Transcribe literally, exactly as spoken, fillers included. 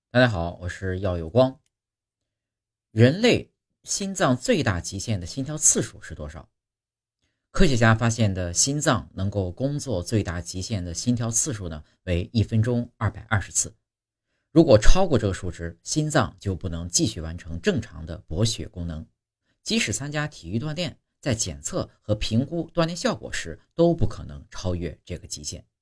大家好，我是耀有光。人类心脏最大极限的心跳次数是多少？科学家发现的心脏能够工作最大极限的心跳次数呢，为一分钟二百二十次。如果超过这个数值，心脏就不能继续完成正常的搏血功能。即使参加体育锻炼，在检测和评估锻炼效果时，都不可能超越这个极限。